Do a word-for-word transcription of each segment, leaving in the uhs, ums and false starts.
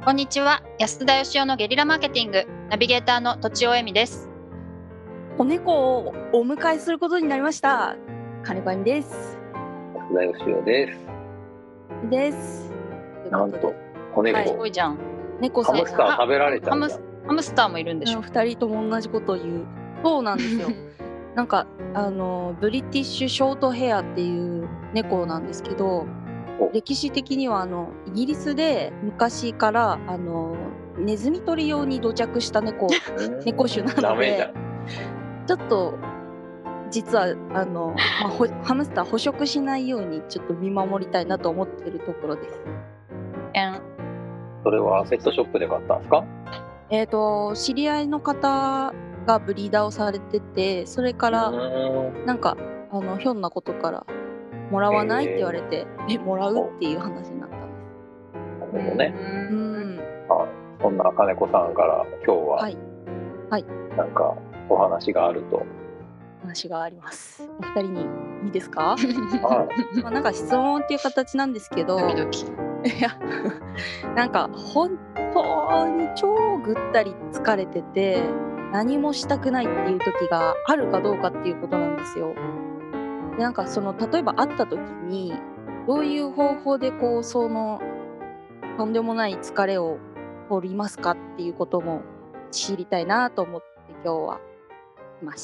こんにちは。安田義雄のゲリラマーケティングナビゲーターのとちおえみです。 子猫をお迎えすることになりました。金子あゆみです。 安田義雄です。 です。 なんと子猫、 はい、すごいじゃん。 猫さんハムスター食べられちゃうじゃん。 ハムスターもいるんでしょ。 二人とも同じことを言う。そうなんですよ。なんかあのブリティッシュショートヘアっていう猫なんですけど、歴史的にはあのイギリスで昔からあのネズミ捕り用に土着した猫猫種なので、ちょっと実はあの、まあ、ハムスター捕食しないようにちょっと見守りたいなと思っているところです。 それはペットショップで買ったんですか？ えーと知り合いの方がブリーダーをされてて、それからなんかあのひょんなことからもらわないって言われて、えもらうっていう話になったんです。 なるほどね。 うん、 あ、そんな金子さんから今日は、 はいはい、 なんかお話があると。 話があります。お二人にいいですか？ あまあなんか質問っていう形なんですけど、 ドキドキ。 いやなんか本当に超ぐったり疲れてて何もしたくないっていう時があるかどうかっていうことなんですよ。でなんかその例えば会った時にどういう方法でこうそのとんでもない疲れを取りますかっていうことも知りたいなと思って今日は来ました。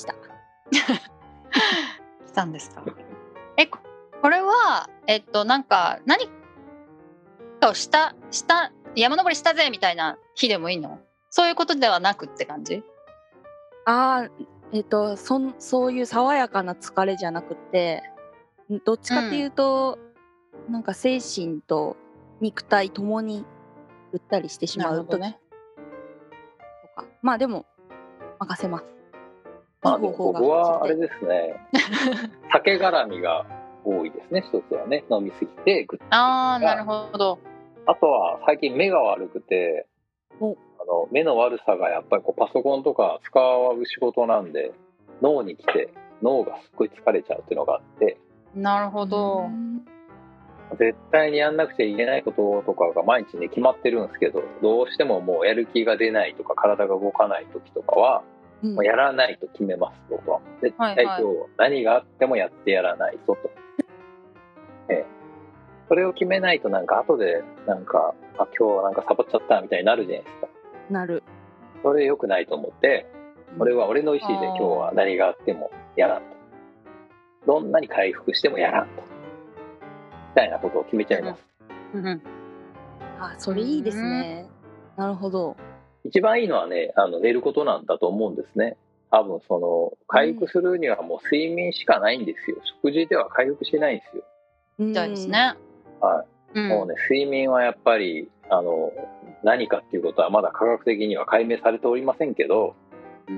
来たんですか？え、これはえっとなんか何かをしたした山登りしたぜみたいな日でもいいの？そういうことではなくって感じ？ ああ、えっとそそういう爽やかな疲れじゃなくて、どっちかっていうと、うん、なんか精神と肉体ともにぐったりしてしまう時とか、ね、まあでも任せます。 まあ、僕はあれですね酒絡みが多いですね。一つはね、飲みすぎてぐったり。 ああ、なるほど。 あとは最近目が悪くて、あの目の悪さがやっぱりこうパソコンとか使う仕事なんで脳に来て脳がすっごい疲れちゃうっていうのがあって。 なるほど。 絶対にやんなくちゃいけないこととかが毎日ね決まってるんですけど、どうしてももうやる気が出ないとか体が動かない時とかは、うん、もうやらないと決めます。僕は絶対今日何があってもやってやらないぞと、はいはい、ええ、それを決めないとなんか後でなんかあ今日なんかサボっちゃったみたいになるじゃないですか。 なる。 それ良くないと思って、俺は俺の意思で今日は何があってもやらんと、どんなに回復してもやらんとみたいなことを決めちゃいます。 うんうん、あ、それいいですね。なるほど。 一番いいのはね、あの寝ることなんだと思うんですね。多分その回復するにはもう睡眠しかないんですよ。食事では回復しないんですよ。 みたいですね。 はい、うん、もうね睡眠はやっぱりあの何かっていうことはまだ科学的には解明されておりませんけど、うん、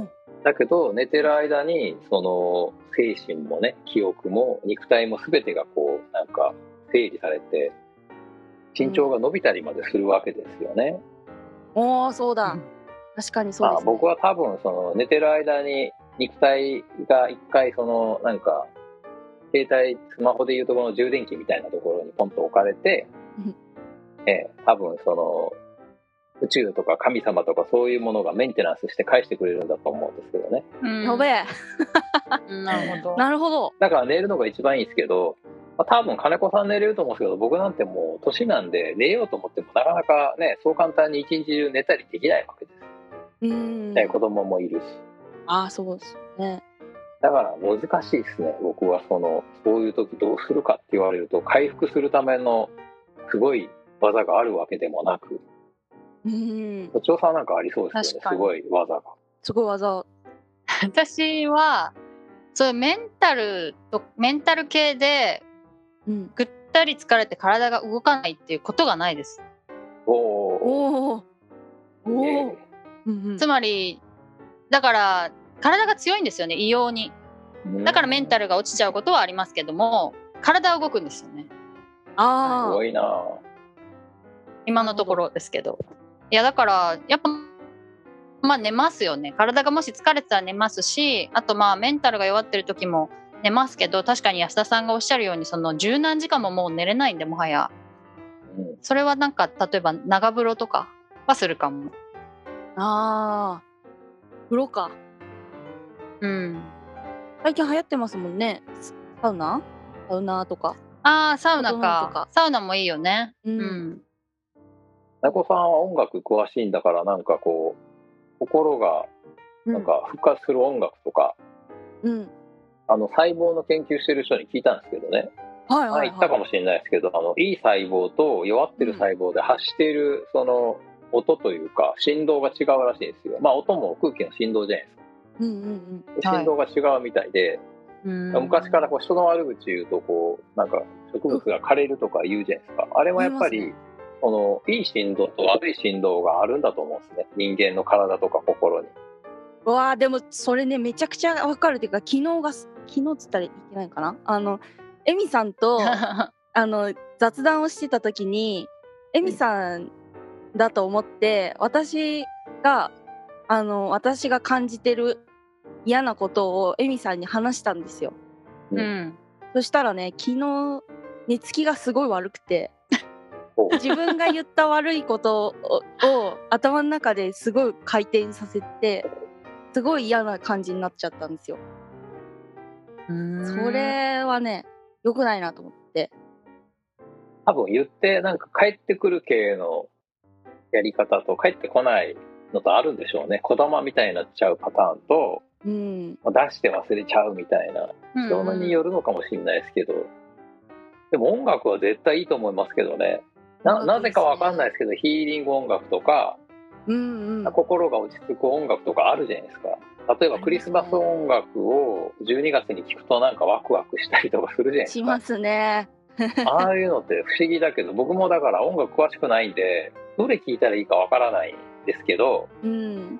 だけど寝てる間にその精神もね記憶も肉体も全てがこうなんか整理されて身長が伸びたりまでするわけですよね。 うん、おーそうだ、うん、確かにそうですね。 僕は多分その寝てる間に肉体が一回そのなんか携帯スマホでいうとこの充電器みたいなところにポンと置かれて、えー、多分その宇宙とか神様とかそういうものがメンテナンスして返してくれるんだと思うんですけどね。 やべえなるほど。 なるほど。 だから寝るのが一番いいですけど、まあ、多分金子さん寝れると思うんですけど、僕なんてもう年なんで寝ようと思ってもなかなかねそう簡単に一日中寝たりできないわけです。うん、ね、子供もいるし。 ああそうですね。 だから難しいですね。僕はそのそういう時どうするかって言われると回復するためのすごい技があるわけでもなく、うん、都庁さんなんかありそうですよね。すごい技が。 すごい技。 私はそういうメンタルとメンタル系でぐったり疲れて体が動かないっていうことがないです。 おおおお。 つまりだから体が強いんですよね、異様に。だからメンタルが落ちちゃうことはありますけども、体は動くんですよね。 ああ、すごいな。 今のところですけど。いやだからやっぱまあ寝ますよね。体がもし疲れてたら寝ますし、あとまあメンタルが弱ってる時も寝ますけど、確かに安田さんがおっしゃるようにその十何時間ももう寝れないんでもはや、うん、 それはなんか例えば長風呂とかはするかも。 ああ、風呂か。 うん。 最近流行ってますもんね。サウナサウナとか。 ああ、サウナ整うとか。 か。 サウナもいいよね。 ううんん。 なこさんは音楽詳しいんだから、なんかこう心がなんか復活する音楽とか、 うん。 あの細胞の研究してる人に聞いたんですけどね、 はいはい前言ったかはい。 もしれないですけど、あのいい細胞と弱ってる細胞で発しているその音というか振動が違うらしいんですよ。まあ音も空気の振動じゃないですか。 うんうんはい振動が違うみたいで、 うん昔からこう人の悪口言うとこうなんか植物が枯れるとか言うじゃないですか。あれもやっぱり、 言いますそのいい振動と悪い振動があるんだと思うんですね、人間の体とか心に。 うん。うわーでもそれねめちゃくちゃわかるっていうか、昨日が昨日っつったらいけないかな。あのエミさんとあの雑談をしてた時にエミさんだと思って私があの私が感じてる嫌なことをエミさんに話したんですよ。 うん。 そしたらね昨日寝つきがすごい悪くてこう自分が言った悪いことをを頭の中ですごい回転させてすごい嫌な感じになっちゃったんですよ。それはね良くないなと思って。 多分言ってなんか帰ってくる系のやり方と帰ってこないのとあるんでしょうね。こだまみたいになっちゃうパターンと、 うん、 出して忘れちゃうみたいな、人によるのかもしれないですけど、でも音楽は絶対いいと思いますけどね。な, なぜかわかんないですけど、ヒーリング音楽とか、 うんうん、 心が落ち着く音楽とかあるじゃないですか。例えばクリスマス音楽をじゅうにがつに聴くとなんかワクワクしたりとかするじゃないですか。 しますね。 ああいうのって不思議だけど、僕もだから音楽詳しくないんでどれ聴いたらいいかわからないんですけど、 うん、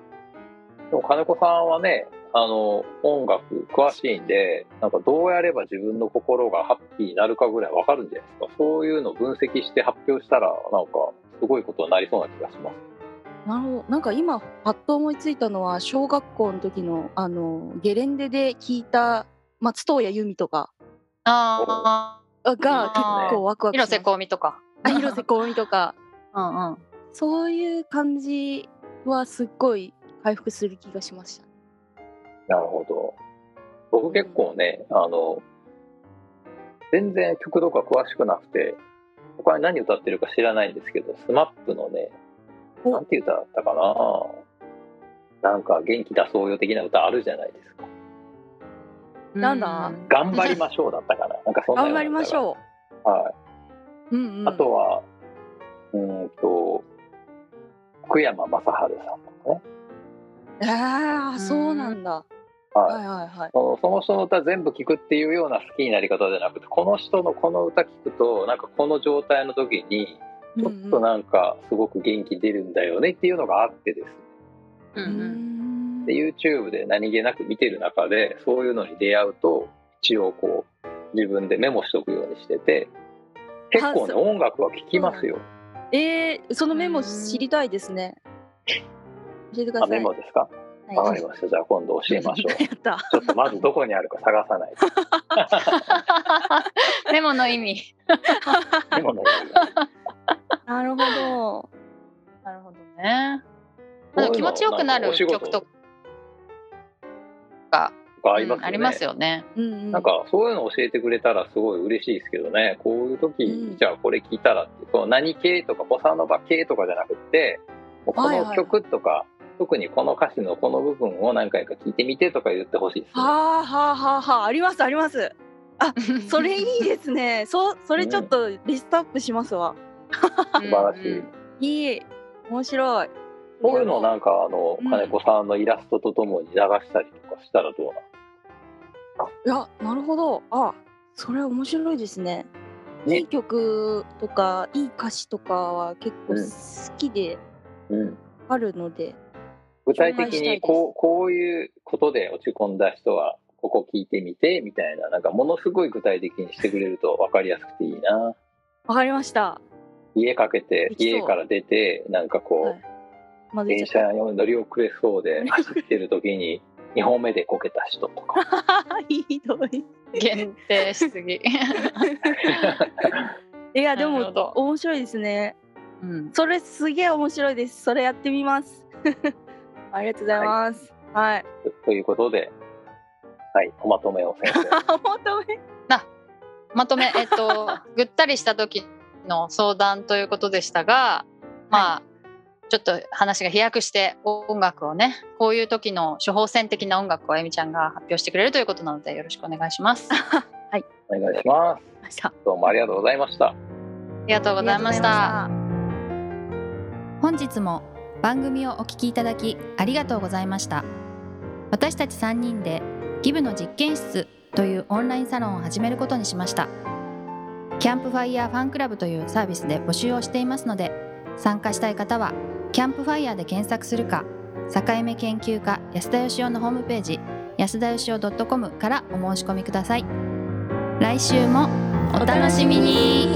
でも金子さんはね、あの音楽詳しいんで、なんかどうやれば自分の心がハッピーになるかぐらいわかるんじゃないですか。そういうのを分析して発表したらなんかすごいことになりそうな気がします。 なるほど。なんか今パッと思いついたのは小学校の時のあのゲレンデで聞いた松任谷由実とかあが結構ワクワクします。 広瀬香美とか。 あ、広瀬香美とかうんうん、 そういう感じはすっごい回復する気がしました。 なるほど。僕結構ね、うん、あの全然曲とか詳しくなくて他に何歌ってるか知らないんですけど、スマップのね、なんていう歌だったかな、なんか元気出そうよ的な歌あるじゃないですか。 なんだ、 頑張りましょうだったかな、なんかそんなような頑張りましょう。はい、 うんうん、 あとはうんと福山雅治さんとかね。 ああ、そうなんだ。 はいはいはいはい。 その、その人の歌全部聴くっていうような好きになり方じゃなくて、この人のこの歌聴くとなんかこの状態の時にちょっとなんかすごく元気出るんだよねっていうのがあってですね、 うんうん、 で YouTube で何気なく見てる中でそういうのに出会うと一応こう自分でメモしとくようにしてて、結構ね音楽は聴きますよ。 えー、そのメモ知りたいですね。教えてください。あ、 メモですか。わかりました。じゃあ今度教えましょう。 やったちょっとまずどこにあるか探さないと。 メモの意味。 メモの意味。 なるほど。 なるほどね。まだ気持ちよくなる曲とかありますよね、うん、 ありますよね。 なんかそういうの教えてくれたらすごい嬉しいですけどね。こういう時、うん、じゃあこれ聞いたらって、こう何系とかボサノバ系とかじゃなくて、この曲とか、はいはい、特にこの歌詞のこの部分を何回か聞いてみてとか言ってほしいですね。 はあはあはあはあ、ありますあります。あ、それいいですね。そそれちょっとリストアップしますわ。 うん、素晴らしい。いい、面白い。 そういうのをなんかあの、うん、金子さんのイラストとともに流したりとかしたらどうなの？ いや、なるほど。あ、それ面白いですね。ね、いい曲とかいい歌詞とかは結構好きであるので、 うん、具体的にこう、こういうことで落ち込んだ人はここ聞いてみてみたいな、なんかものすごい具体的にしてくれると分かりやすくていいな。 わかりました。 家かけて家から出てなんかこう、はいま、電車に乗り遅れそうで走ってる時ににほんめでこけた人とかひどい。 限定しすぎ。 えいやでもなるほど面白いですね。 うん、 それすげえ面白いです。それやってみます。ありがとうございます。はい。はい、 ということで、はい、おまとめを先生。 おまとめ。 なまとめ、えっとぐったりした時の相談ということでしたが、まあ、はい、ちょっと話が飛躍して音楽をね、こういう時の処方箋的な音楽をえみちゃんが発表してくれるということなので、よろしくお願いします。 はい、 お願いします。どうもありがとうございました。 ありがとうございました。 本日も番組をお聞きいただきありがとうございました。私たちさんにんでギブの実験室というオンラインサロンを始めることにしました。キャンプファイヤーファンクラブというサービスで募集をしていますので、参加したい方はキャンプファイヤーで検索するか、境目研究家安田義雄のホームページ安田義雄 .com からお申し込みください。来週もお楽しみに。